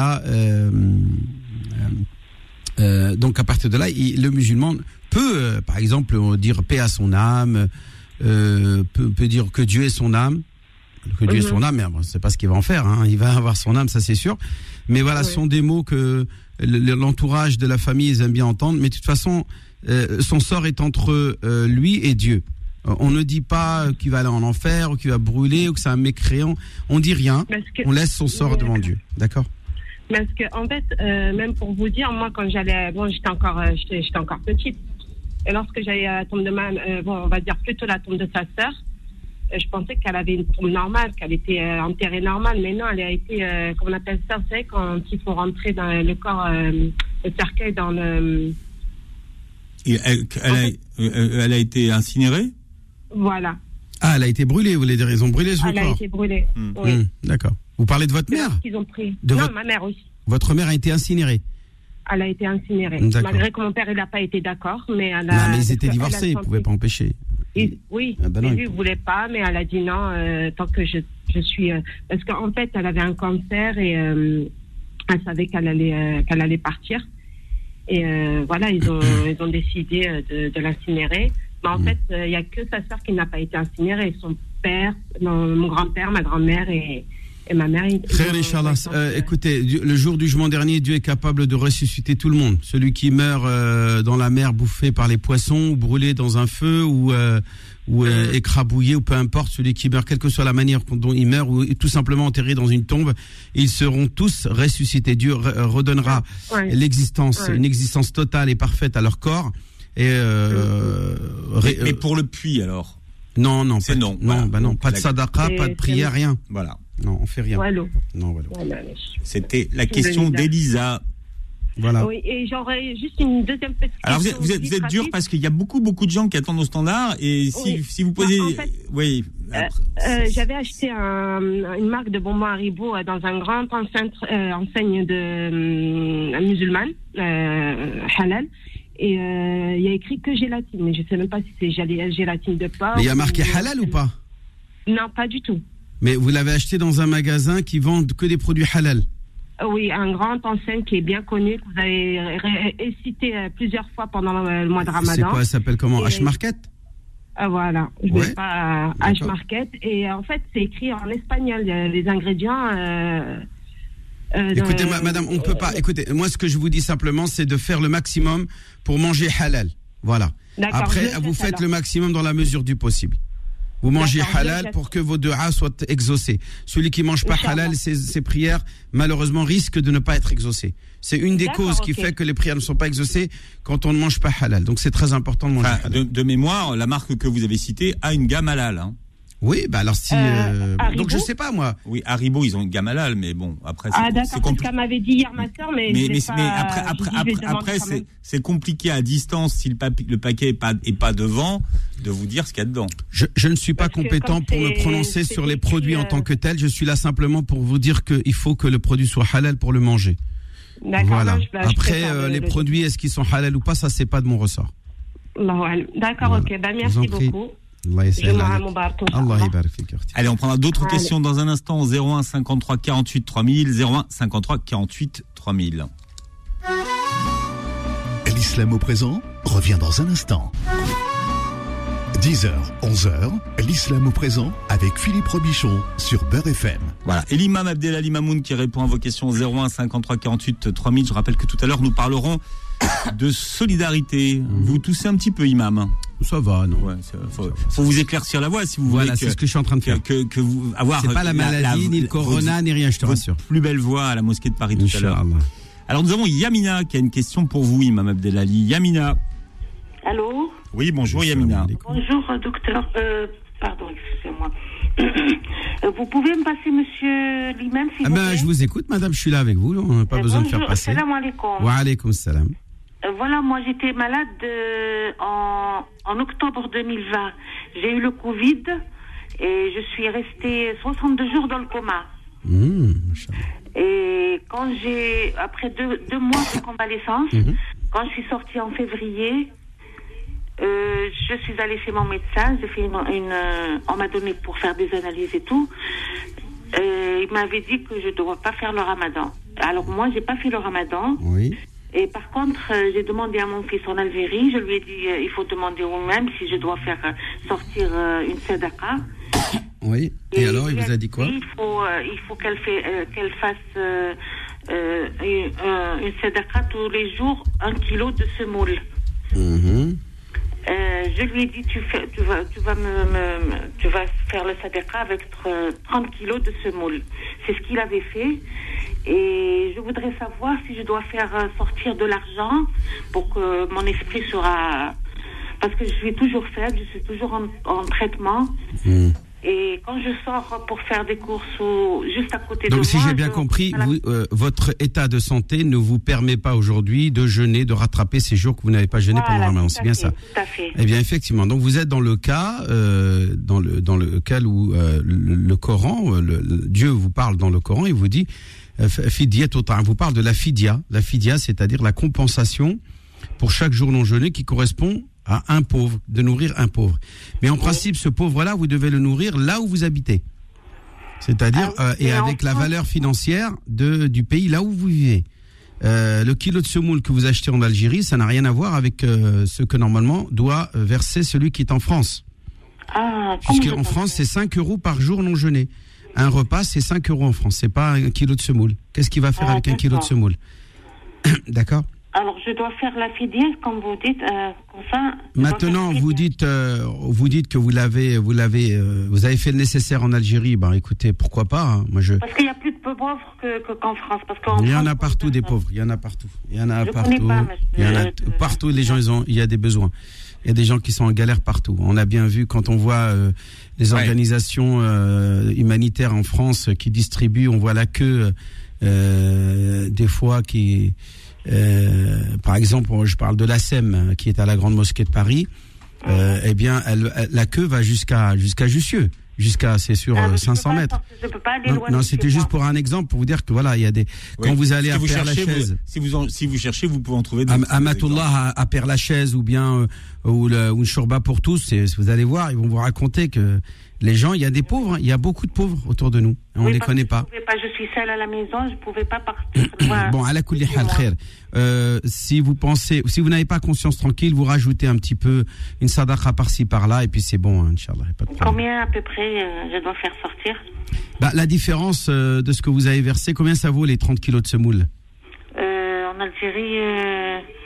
C: le musulman peut, par exemple, dire paix à son âme, peut dire que Dieu est son âme, Dieu est son âme, mais bon, c'est pas ce qu'il va en faire, hein. Il va avoir son âme, ça c'est sûr. Mais voilà, ce sont des mots que l'entourage de la famille ils aiment bien entendre. Mais de toute façon, son sort est entre lui et Dieu. On ne dit pas qu'il va aller en enfer ou qu'il va brûler ou que c'est un mécréant. On dit rien. On laisse son sort devant Dieu. D'accord?
D: Parce que en fait, même pour vous dire, moi quand j'allais, j'étais encore petite. Et lorsque j'allais à la tombe de on va dire plutôt la tombe de sa sœur, je pensais qu'elle avait une tombe normale, qu'elle était enterrée normale. Mais non, elle a été, comment on appelle ça, vous savez, quand ils font rentrer dans le corps, le cercueil dans le.
B: Et elle a été incinérée?
D: Voilà.
C: Ah, elle a été brûlée, vous voulez dire, ils ont brûlé son corps.
D: Elle a été brûlée, oui.
C: D'accord. Vous parlez de votre mère?
D: Qu'ils ont pris. Ma mère aussi.
C: Votre mère a été incinérée? Elle
D: a été incinérée.
C: D'accord.
D: Malgré que mon père, il n'a pas été d'accord, mais elle
C: a... Non, mais ils étaient divorcés, ils ne pouvaient pas empêcher.
D: Oui, lui, il ne voulait pas, mais elle a dit non, tant que je suis... parce qu'en fait, elle avait un cancer et elle savait qu'elle allait partir. Et voilà, ils ont décidé de l'incinérer. Mais en fait, il n'y a que sa sœur qui n'a pas été incinérée. Son père, mon grand-père, ma grand-mère et ma mère.
C: Frère Inch'Allah, écoutez, le jour du jugement dernier, Dieu est capable de ressusciter tout le monde. Celui qui meurt dans la mer bouffé par les poissons, ou brûlé dans un feu, ou écrabouillé, ou peu importe, celui qui meurt, quelle que soit la manière dont il meurt, ou tout simplement enterré dans une tombe, ils seront tous ressuscités. Dieu redonnera l'existence, une existence totale et parfaite à leur corps.
B: Mais pour le puits alors?
C: Non,
B: c'est non.
C: Non, voilà. Non, pas de sadaqa, pas de prière, rien.
B: Voilà.
C: Non, on fait rien.
D: Voilà.
C: Non, voilà.
B: C'était la question d'Elisa.
C: Voilà.
D: Oui, et j'aurais juste une deuxième petite question.
B: Alors vous êtes dur parce qu'il y a beaucoup de gens qui attendent au standard et si vous posez,
D: en fait, j'avais acheté une marque de bonbons Haribo dans un grand enseigne de musulmane halal. Et il y a écrit que gélatine, mais je ne sais même pas si c'est gélatine de porc.
C: Mais il y a marqué halal ou pas?
D: Non, pas du tout.
C: Mais vous l'avez acheté dans un magasin qui vend que des produits halal?
D: Oui, un grand enseigne qui est bien connu, que vous avez cité plusieurs fois pendant le mois de Ramadan.
C: C'est quoi, ça s'appelle comment? H-Market?
D: Voilà, je ne sais pas, H-Market. Et en fait, c'est écrit en espagnol, les ingrédients...
C: écoutez, madame, on peut pas. Écoutez, moi, ce que je vous dis simplement, c'est de faire le maximum pour manger halal. Voilà.
D: D'accord,
C: Après, vous faites le maximum dans la mesure du possible. Vous mangez halal pour que vos du'as soient exaucés. Celui qui mange pas halal, ses prières, malheureusement, risquent de ne pas être exaucées. C'est une des causes qui fait que les prières ne sont pas exaucées quand on ne mange pas halal. Donc c'est très important de manger halal.
B: De mémoire, la marque que vous avez citée a une gamme halal. Hein.
C: Oui, bah alors si... donc je sais pas, moi.
B: Oui, Haribo, ils ont une gamme halal, mais bon, après...
D: D'accord, parce qu'elle m'avait dit hier ma soeur, mais
B: après c'est compliqué à distance, si le paquet est pas devant, de vous dire ce qu'il y a dedans.
C: Je ne suis pas compétent pour me prononcer sur les produits en tant que tels. Je suis là simplement pour vous dire qu'il faut que le produit soit halal pour le manger.
D: D'accord.
C: Voilà. Après, les produits, est-ce qu'ils sont halal ou pas, ça, c'est pas de mon ressort.
D: D'accord, ok. Merci beaucoup.
B: Allez, on prendra d'autres questions dans un instant au 01 53 48 3000, 01 53 48 3000.
A: L'islam au présent revient dans un instant. 10h, 11h, l'islam au présent avec Philippe Robichon sur Beurre FM.
B: Voilà, et l'imam Abdelali Mamoun qui répond à vos questions 01 53 48 3000. Je rappelle que tout à l'heure nous parlerons de solidarité. Vous toussez un petit peu, imam.
C: Ça va, non.
B: Ouais, faut vous éclaircir la voix si vous voulez.
C: Voilà, c'est ce que je suis en train de faire.
B: Que vous avoir.
C: C'est pas la maladie, ni le corona, ni rien, je te rassure.
B: Plus belle voix à la mosquée de Paris tout à l'heure. Alors nous avons Yamina qui a une question pour vous, imam Abdelali. Yamina.
E: Allô?
B: Oui, bonjour Yamina.
E: Bonjour docteur. Pardon, excusez-moi. Vous pouvez me passer monsieur l'imam s'il vous plaît?
C: Je vous écoute madame, je suis là avec vous, on n'a pas besoin de faire passer.
E: Salam alaikum.
C: Wa alaikum salam.
E: Voilà, moi j'étais malade en octobre 2020. J'ai eu le Covid et je suis restée 62 jours dans le coma. Et quand après deux mois de convalescence, quand je suis sortie en février, je suis allée chez mon médecin, j'ai fait on m'a donné pour faire des analyses et tout. Il m'avait dit que je ne dois pas faire le ramadan. Alors moi, j'ai pas fait le ramadan.
C: Oui.
E: Et par contre, j'ai demandé à mon fils en Algérie, je lui ai dit, il faut demander au même si je dois faire sortir une sadaqa.
C: Oui. Et alors, il vous a dit quoi?
E: Il faut qu'elle fasse une sadaqa tous les jours, 1 kilo de semoule. Je lui ai dit, tu vas faire le sadaqa avec 30 kilos de semoule. C'est ce qu'il avait fait. Et je voudrais savoir si je dois faire sortir de l'argent pour que mon esprit sera... Parce que je suis toujours faible, je suis toujours en traitement. Et quand je sors pour faire des courses ou juste à côté de moi...
C: Donc si j'ai bien compris, votre état de santé ne vous permet pas aujourd'hui de jeûner, de rattraper ces jours que vous n'avez pas jeûné pendant le ramadan. C'est bien ça?
E: Tout à fait.
C: Eh bien effectivement, donc vous êtes dans le cas, dans le cas où le Coran, Dieu vous parle dans le Coran, il vous dit... vous parle de la fidia. La fidia, c'est-à-dire la compensation pour chaque jour non jeûné qui correspond à un pauvre, de nourrir un pauvre. Mais en principe, ce pauvre-là, vous devez le nourrir là où vous habitez. C'est-à-dire, et avec la valeur financière du pays là où vous vivez. Le kilo de semoule que vous achetez en Algérie, ça n'a rien à voir avec ce que normalement doit verser celui qui est en France. Puisqu'en France, c'est 5 € par jour non jeûné. Un repas, c'est 5 € en France. C'est pas 1 kilo de semoule. Qu'est-ce qu'il va faire avec 1 kilo de semoule? D'accord.
E: Alors, je dois faire la fidia, comme vous dites, comme ça.
C: Maintenant, vous dites que vous avez fait le nécessaire en Algérie. Ben, écoutez, pourquoi pas, hein.
E: Parce qu'il y a plus de pauvres qu'en France.
C: Il y en a partout des pauvres. Il y en a partout. Il y en a partout. Il y en a partout. Les gens, il y a des besoins. Il y a des gens qui sont en galère partout. On a bien vu quand on voit les organisations humanitaires en France qui distribuent, on voit la queue des fois qui... par exemple, je parle de l'ASEM qui est à la Grande Mosquée de Paris. Eh bien, la queue va jusqu'à Jussieu. C'est sur 500 mètres.
E: Je peux pas aller loin.
C: Non, c'était juste pour un exemple, pour vous dire que voilà, il y a des. Quand vous allez à Père-Lachaise.
B: Si vous cherchez, vous pouvez en trouver des.
C: Amatullah à Père-Lachaise ou bien ou une shorba pour tous, vous allez voir, ils vont vous raconter que les gens, il y a des pauvres, il y a beaucoup de pauvres autour de nous. On les connaît pas.
E: Je suis seule à la maison, je pouvais pas partir.
C: Bon, ala kulli hal khair. Si vous n'avez pas conscience tranquille, vous rajoutez un petit peu une sadaqa par-ci par-là et puis c'est bon, Inch'Allah.
E: Combien à peu près je dois faire sortir?
C: La différence de ce que vous avez versé, combien ça vaut les 30 kilos de semoule?
E: En Algérie,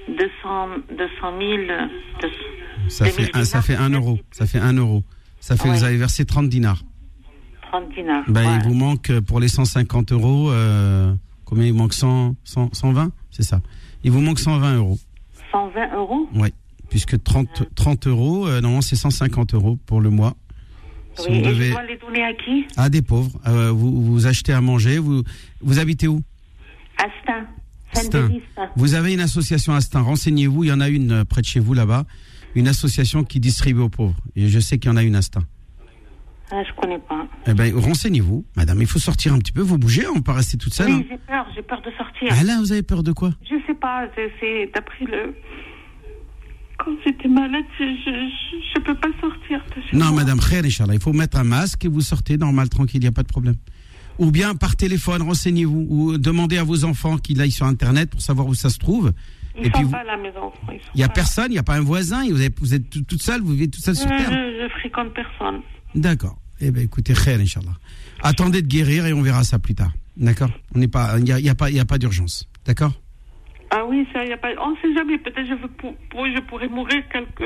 E: 200 000.
C: Ça fait 1 euro. Ça fait 1 euro. Ça fait, vous avez versé 30 dinars.
E: 30 dinars.
C: Il vous manque pour les 150 euros, combien il manque 120, c'est ça. Il vous manque 120 euros.
E: 120 euros?
C: Oui, puisque 30 euros, normalement c'est 150 euros pour le mois.
E: Oui, et je dois les donner à qui?
C: À des pauvres. Vous achetez à manger. Vous habitez où?
E: Astin.
C: Vous avez une association Astin. Renseignez-vous. Il y en a une près de chez vous là-bas. Une association qui distribue aux pauvres. Et je sais qu'il y en a une Astin.
E: Ah, je connais pas.
C: Renseignez-vous, madame. Il faut sortir un petit peu. Vous bougez. On ne peut pas rester toute seule.
E: Oui, j'ai peur de sortir.
C: Ah là, vous avez peur de quoi?
E: Je sais pas. C'est d'après le. Quand j'étais malade, je peux pas sortir de chez moi.
C: Madame, khair, Inch'Allah. Il faut mettre un masque et vous sortez normal, tranquille, il n'y a pas de problème. Ou bien par téléphone, renseignez-vous. Ou demandez à vos enfants qu'ils aillent sur Internet pour savoir où ça se trouve.
E: Ils sont pas là, mes enfants.
C: Il n'y a personne, il n'y a pas un voisin, vous êtes toute seule, vous vivez toute seule sur Terre.
E: Je fréquente personne.
C: D'accord. Écoutez, khair, Inch'Allah. Attendez de guérir et on verra ça plus tard. D'accord? Il n'y a pas d'urgence. D'accord?
E: Ah oui, ça, y a pas. On ne sait jamais. Peut-être je pourrais mourir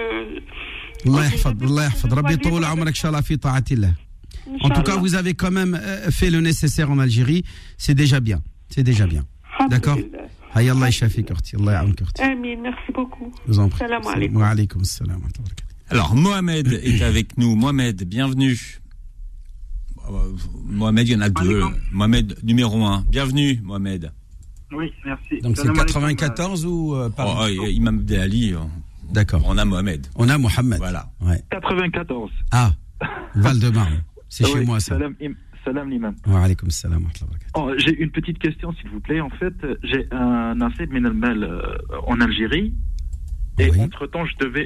C: En tout cas, vous avez quand même fait le nécessaire en Algérie. C'est déjà bien. D'accord? Allah yashafik, Allah ya'ounk.
E: Amin, merci beaucoup.
C: Je vous en prie.
E: Salam alaikum.
C: Wa alaykoum salam.
B: Alors, Mohamed est avec nous. Mohamed, bienvenue. Mohamed, il y en a deux. Mohamed, numéro 1. Bienvenue, Mohamed.
F: Oui, merci.
C: Donc c'est 94 ou
B: Imam Abdelali.
C: D'accord.
B: On a Mohamed.
C: On a Mohamed.
B: Voilà.
F: Ouais. 94.
C: Ah, Val-de-Marne. C'est chez moi ça.
F: Salam l'imam.
C: Wa alaykoum salam.
F: J'ai une petite question s'il vous plaît. En fait, j'ai un nasib min al-mal en Algérie. Et entre-temps, je devais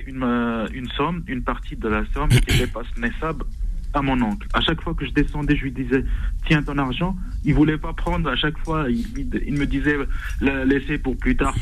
F: une partie de la somme qui dépasse Nessab à mon oncle. À chaque fois que je descendais, je lui disais tiens ton argent. Il voulait pas prendre. À chaque fois, il me disait laissez pour plus tard.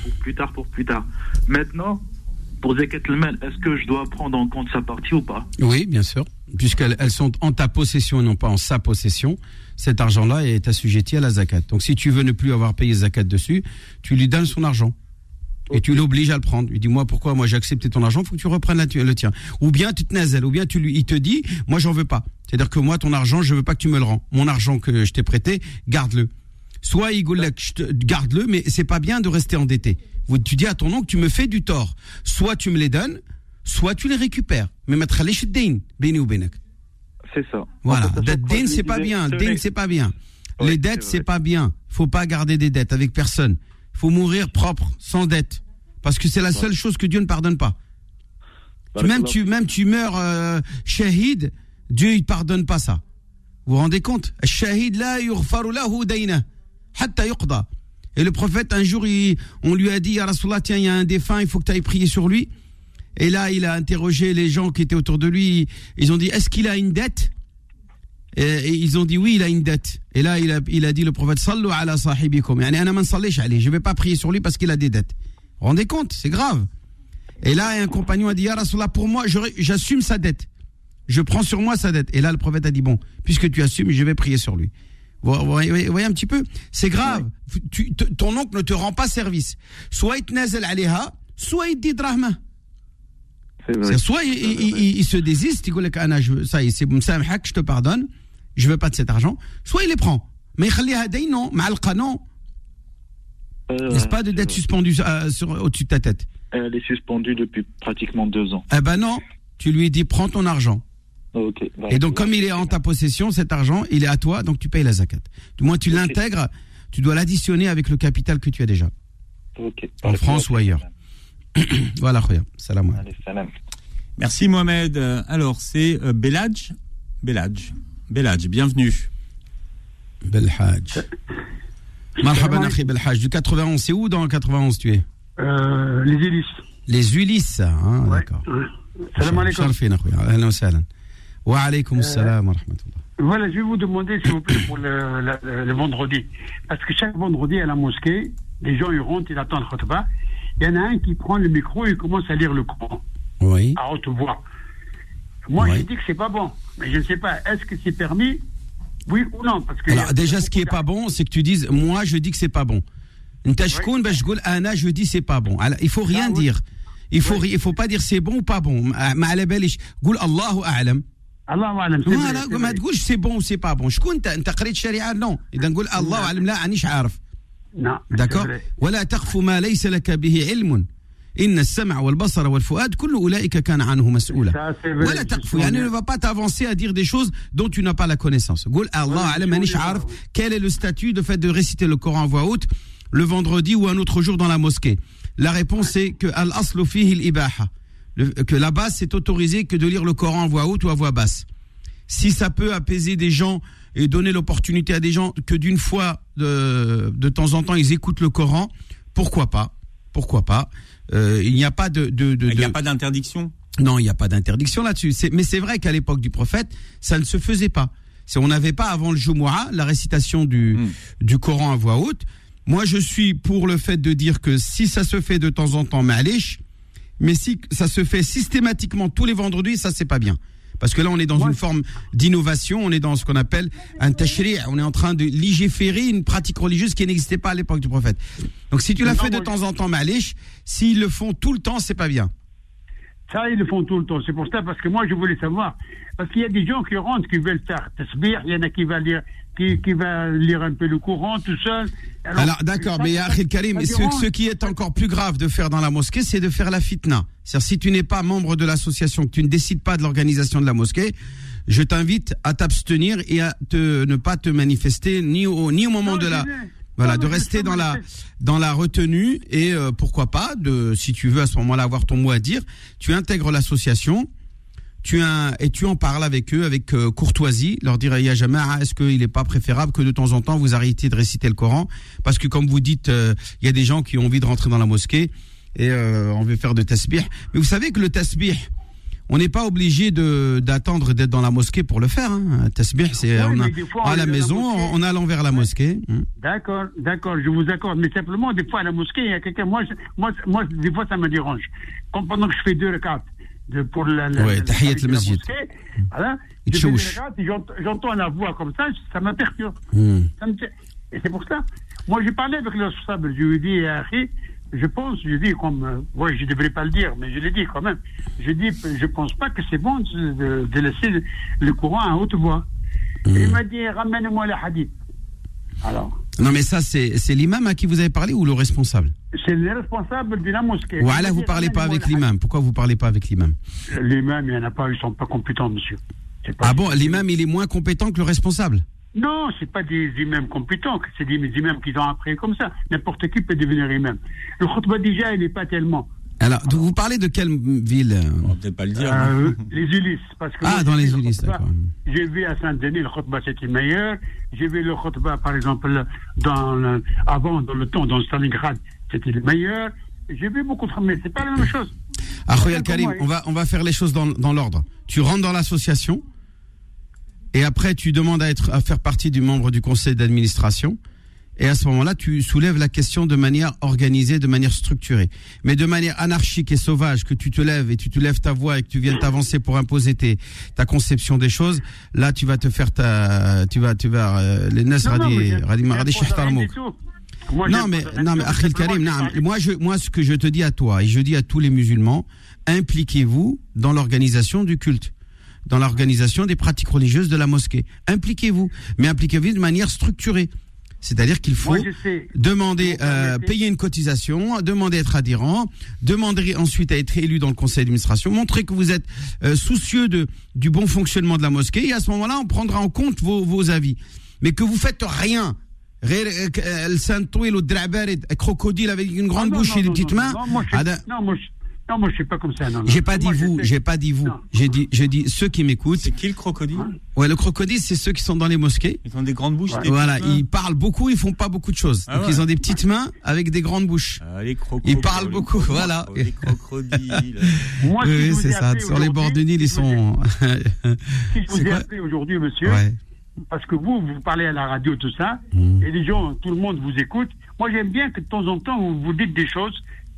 F: Maintenant, pour Zakat al-Mal, est-ce que je dois prendre en compte sa partie ou pas? Oui, bien sûr. Puisqu'elles sont en ta possession et non pas en sa possession, cet argent-là est assujetti à la zakat. Donc si tu veux ne plus avoir payé zakat dessus, tu lui donnes son argent. Et tu l'obliges à le prendre. Il dit pourquoi j'ai accepté ton argent, il faut que tu reprennes le tien. Ou bien tu te nazelles, ou bien il te dit moi j'en veux pas. C'est-à-dire que moi ton argent, je veux pas que tu me le rends. Mon argent que je t'ai prêté, garde-le. Soit garde-le, mais c'est pas bien de rester endetté. Tu dis à ton oncle tu me fais du tort. Soit tu me les donnes, soit tu les récupères. Mais mettre les ch'dain, béni ou bének. C'est ça.
C: Voilà. Dîn, c'est pas bien. Dîn, c'est pas bien. Les dettes, c'est pas bien. Faut pas garder des dettes avec personne. Faut mourir propre, sans dette. Parce que c'est la seule chose que Dieu ne pardonne pas. Même tu meurs shahid, Dieu il pardonne pas ça. Vous vous rendez compte? Shahid la yughfaru lahu dayna hatta yuqda. Et le prophète un jour on lui a dit ya Rasulallah, tiens, il y a un défunt, il faut que tu ailles prier sur lui. Et là, il a interrogé les gens qui étaient autour de lui, ils ont dit est-ce qu'il a une dette? Et ils ont dit oui, il a une dette. Et là, il a dit le prophète sallu ala sahibikum. Yani ana man sallish alayhi, je vais pas prier sur lui parce qu'il a des dettes. Vous vous rendez compte? C'est grave. Et là, un compagnon a dit ya Rasulallah, pour moi, j'assume sa dette. Je prends sur moi sa dette. Et là, le prophète a dit bon, puisque tu assumes, je vais prier sur lui. Vous voyez un petit peu? C'est grave. Ton oncle ne te rend pas service. Soit il te nazal alayha, soit il te dit drahma. Soit il se désiste, il dit ça y est, c'est je te pardonne, je veux pas de cet argent. Soit il les prend. Mais non, n'est-ce pas de dette suspendue au-dessus de ta tête?
F: Elle est suspendue depuis pratiquement 2 ans.
C: Eh ben non, tu lui dis prends ton argent.
F: Okay,
C: et donc comme il est en ta possession, cet argent, il est à toi, donc tu payes la zakat. Du moins tu l'intègres, tu dois l'additionner avec le capital que tu as déjà. En France ou ailleurs. Voilà, khoya. Salam.
B: Merci Mohamed. Alors c'est Belhadj, bienvenue.
C: Belhadj. Marhaban akhi Belhadj. Du 91, c'est où dans le 91 tu es?
G: Les Ulisses.
C: Les Ulisses, hein, ouais, d'accord.
G: Salam alaikum.
C: Ahlan wa sahlan. Wa alaykoum salam wa rahmatullah.
G: Voilà, je vais vous demander s'il vous plaît pour le vendredi. Parce que chaque vendredi à la mosquée, les gens ils rentrent, ils attendent le khutbah. Il y en a un qui prend le micro et commence à lire le Coran.
C: Oui.
G: À haute voix. Moi, je dis que c'est pas bon. Mais je ne sais pas, est-ce que c'est permis? Oui ou non? Parce que
C: alors, déjà, ce qui est pas bon, c'est que tu dises, moi, je dis que c'est pas bon. Je dis c'est pas bon. Il faut rien dire. Il faut pas dire c'est bon ou pas bon. Allahu a'lam.
G: Allahu a'lam.
C: Voilà, ما تقولش c'est bon ou c'est pas bon. شكون انت قريت الشريعه؟ non. اذا نقول الله اعلم لا مانيش عارف.
G: Non.
C: D'accord. ولا تخف ما ليس لك به علم. إن السمع والبصر والفؤاد كل أولئك كان عنه مسؤولا. ولا تقف يعني ne va pas t'avancer à dire des choses dont tu n'as pas la connaissance. قول الله أعلم مانيش عارف quel est le statut de fait de réciter le Coran à voix haute le vendredi ou un autre jour dans la mosquée. La réponse est que al-aslu fihi al-ibaha, que la base c'est autorisé que de lire le Coran à voix haute ou à voix basse. Si ça peut apaiser des gens et donner l'opportunité à des gens que d'une fois de temps en temps ils écoutent le Coran, pourquoi pas? Il n'y a pas
B: il n'y a pas d'interdiction.
C: Non, il n'y a pas d'interdiction là-dessus. Mais c'est vrai qu'à l'époque du prophète, ça ne se faisait pas. On n'avait pas avant le Jumu'ah la récitation du Coran à voix haute. Moi, je suis pour le fait de dire que si ça se fait de temps en temps, ma'alish, mais si ça se fait systématiquement tous les vendredis, ça c'est pas bien. Parce que là, on est dans une forme d'innovation, on est dans ce qu'on appelle un tashri', on est en train de légiférer une pratique religieuse qui n'existait pas à l'époque du prophète. Donc si tu l'as fait de temps en temps, ma'alish, s'ils le font tout le temps, c'est pas bien.
G: Ça, ils le font tout le temps. C'est pour ça, parce que moi, je voulais savoir. Parce qu'il y a des gens qui rentrent, qui veulent faire tasbih, il y en a qui va lire un peu le Coran tout seul.
C: Alors d'accord, mais Akhil Karim, ce qui est encore plus grave de faire dans la mosquée, c'est de faire la fitna. C'est-à-dire, si tu n'es pas membre de l'association, que tu ne décides pas de l'organisation de la mosquée, je t'invite à t'abstenir et à ne pas te manifester ni au moment de la... Voilà, de rester dans la retenue et pourquoi pas, si tu veux à ce moment-là avoir ton mot à dire, tu intègres l'association, tu en parles avec eux avec courtoisie, leur dire ya jama'a, est-ce qu'il n'est pas préférable que de temps en temps vous arrêtiez de réciter le Coran, parce que comme vous dites, il y a des gens qui ont envie de rentrer dans la mosquée et on veut faire de tasbih. Mais vous savez que le tasbih, on n'est pas obligé d'attendre d'être dans la mosquée pour le faire. Hein. Tasbih, c'est à la maison, en allant vers la mosquée.
G: D'accord, je vous accorde. Mais simplement, des fois à la mosquée, il y a quelqu'un. Moi, des fois, ça me dérange. Comme pendant que je fais 2 rak'at pour la
C: tahiyat al-masjid.
G: Voilà. J'entends la voix comme ça me perturbe. Et c'est pour ça. Moi, j'ai parlé avec le responsable. Je lui ai dit, je dis comme, je devrais pas le dire, mais je l'ai dit quand même. Je pense pas que c'est bon de laisser le Coran à haute voix. Il m'a dit, ramène-moi le hadith. Alors.
C: Non, mais ça, c'est l'imam à qui vous avez parlé ou le responsable?
G: C'est le responsable de la mosquée.
C: Voilà, vous parlez pas avec l'imam. Pourquoi vous parlez pas avec l'imam?
G: L'imam, il y en a pas, ils sont pas compétents, monsieur.
C: Bon, l'imam, il est moins compétent que le responsable?
G: Non, c'est pas des imams compétents, c'est des imams qui ont appris comme ça. N'importe qui peut devenir imam. Le khutbah déjà, il n'est pas tellement.
C: Alors, vous parlez de quelle ville?
B: On va peut-être pas le dire.
G: Les Ulysses. Parce que
C: dans les Ulysses, d'accord.
G: J'ai vu à Saint-Denis, le khutbah c'était meilleur. J'ai vu le khutbah, par exemple, avant, dans le temps, dans Stalingrad, c'était le meilleur. J'ai vu beaucoup de... Mais c'est pas la même chose.
C: Akhoya Karim, on va faire les choses dans l'ordre. Tu rentres dans l'association. Et après, tu demandes à faire partie du membre du conseil d'administration. Et à ce moment-là, tu soulèves la question de manière organisée, de manière structurée. Mais de manière anarchique et sauvage, que tu te lèves et tu te lèves ta voix et que tu viennes t'avancer pour imposer ta conception des choses, là, tu vas te faire les nas radi shihtarmouk. Non, mais, Akhil Karim, moi, ce que je te dis à toi, et je dis à tous les musulmans, impliquez-vous dans l'organisation du culte, dans l'organisation des pratiques religieuses de la mosquée. Impliquez-vous, mais impliquez-vous de manière structurée. C'est-à-dire qu'il faut demander, payer une cotisation, demander à être adhérent, demander ensuite à être élu dans le conseil d'administration, montrer que vous êtes soucieux du bon fonctionnement de la mosquée, et à ce moment-là, on prendra en compte vos avis. Mais que vous faites rien, le santoui, le draber, un crocodile avec une grande bouche et des petites mains.
G: Non, moi je suis pas comme ça. Non.
C: J'ai pas dit vous. J'ai dit ceux qui m'écoutent.
B: C'est qui le crocodile?
C: Ouais, le crocodile, c'est ceux qui sont dans les mosquées.
B: Ils ont des grandes bouches.
C: Ouais. Voilà, ils parlent beaucoup, ils font pas beaucoup de choses. Donc ils ont des petites mains avec des grandes bouches.
B: Les crocodiles.
C: Ils parlent beaucoup, voilà.
B: Les crocodiles.
G: Moi,
C: oui, c'est ça. Sur les bords du Nil, ils sont.
G: Si je vous ai appelé aujourd'hui, monsieur, parce que vous parlez à la radio, tout ça, et les gens, tout le monde vous écoute. Moi, j'aime bien que de temps en temps, vous dites des choses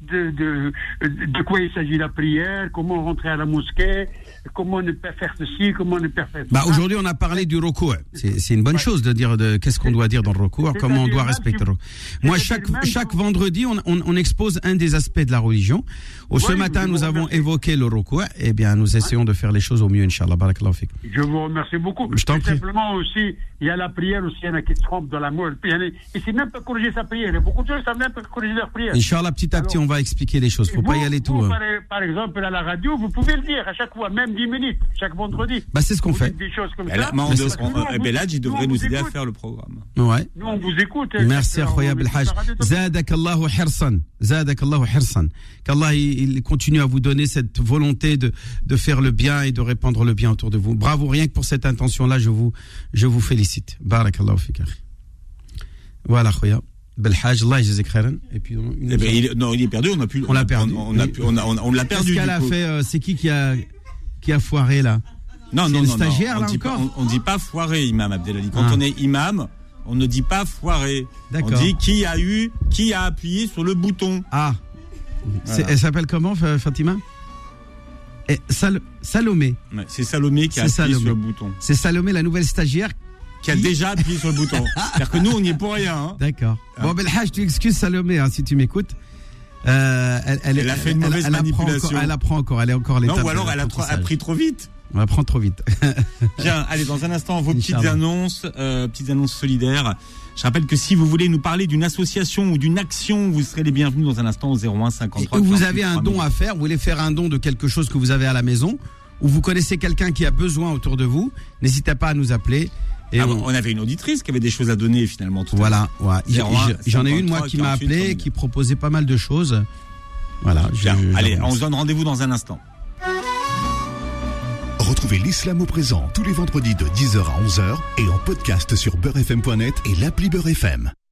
G: de quoi il s'agit la prière, comment rentrer à la mosquée, comment ne pas faire ceci, comment ne pas faire ça.
C: Aujourd'hui, on a parlé du recours. C'est une bonne chose de dire qu'est-ce qu'on doit dire dans le recours, comment on doit respecter le recours. Moi, chaque vendredi, on expose un des aspects de la religion. Ce matin, nous avons évoqué le recours. Eh bien, nous essayons de faire les choses au mieux, Inch'Allah. Barakallahu fik.
G: Je vous remercie beaucoup.
C: Je t'en prie.
G: Simplement aussi, il y a la prière aussi, il y en a qui se trompent dans la mort. Et c'est même pas corriger sa prière. Il y a beaucoup de gens qui savent même pas corriger leur prière.
C: Inch'Allah, petit à petit, on va expliquer les choses. Faut pas y aller tout.
G: Par exemple, à la radio, vous pouvez le dire à chaque fois, même 10 minutes, chaque vendredi.
C: C'est ce qu'on fait.
G: Des choses comme ça.
B: Belhadj, il devrait nous aider à faire le programme.
C: Ouais.
G: Nous, on vous écoute.
C: Merci, Akhoya Belhadj. Zadakallahu hirsan. Zadakallahu hirsan. Qu'Allah, il continue à vous donner cette volonté de faire le bien et de répandre le bien autour de vous. Bravo, rien que pour cette intention-là, je vous félicite. Barakallahu fik. Voilà, Akhoya Belhadj, Allah yajzak khairan. Et puis
B: il est perdu, on l'a perdu. On l'a perdu.
C: Qu'est-ce qu'elle a fait, c'est qui a foiré là?
B: Non,
C: le stagiaire là encore.
B: On dit pas foiré, Imam Abdelali. Quand on est imam, on ne dit pas foiré.
C: D'accord.
B: On dit qui a appuyé sur le bouton.
C: Ah. Voilà. Elle s'appelle comment, Fatima? Salomé.
B: Ouais, c'est Salomé qui a appuyé sur le bouton.
C: C'est Salomé, la nouvelle stagiaire.
B: Qui a déjà appuyé sur le bouton. C'est-à-dire que nous, on n'y est pour rien. Hein.
C: D'accord. Bon, Belhadj, tu excuses Salomé, si tu m'écoutes. Elle
B: a fait une mauvaise manipulation.
C: Elle apprend encore, elle est encore l'étape.
B: Non, ou alors elle a appris trop vite.
C: On apprend trop vite.
B: Bien, allez, dans un instant, vos petites annonces solidaires. Je rappelle que si vous voulez nous parler d'une association ou d'une action, vous serez les bienvenus dans un instant au 01 53.
C: Et vous avez un don à faire, vous voulez faire un don de quelque chose que vous avez à la maison, ou vous connaissez quelqu'un qui a besoin autour de vous, n'hésitez pas à nous appeler. Et
B: on avait une auditrice qui avait des choses à donner finalement tout
C: à
B: l'heure.
C: Voilà, j'en ai une moi qui m'a appelé, qui proposait pas mal de choses. Voilà.
B: Allez, on se donne rendez-vous dans un instant.
A: Retrouvez l'Islam au présent tous les vendredis de 10h à 11h et en podcast sur beurrefm.net et l'appli Beurre FM.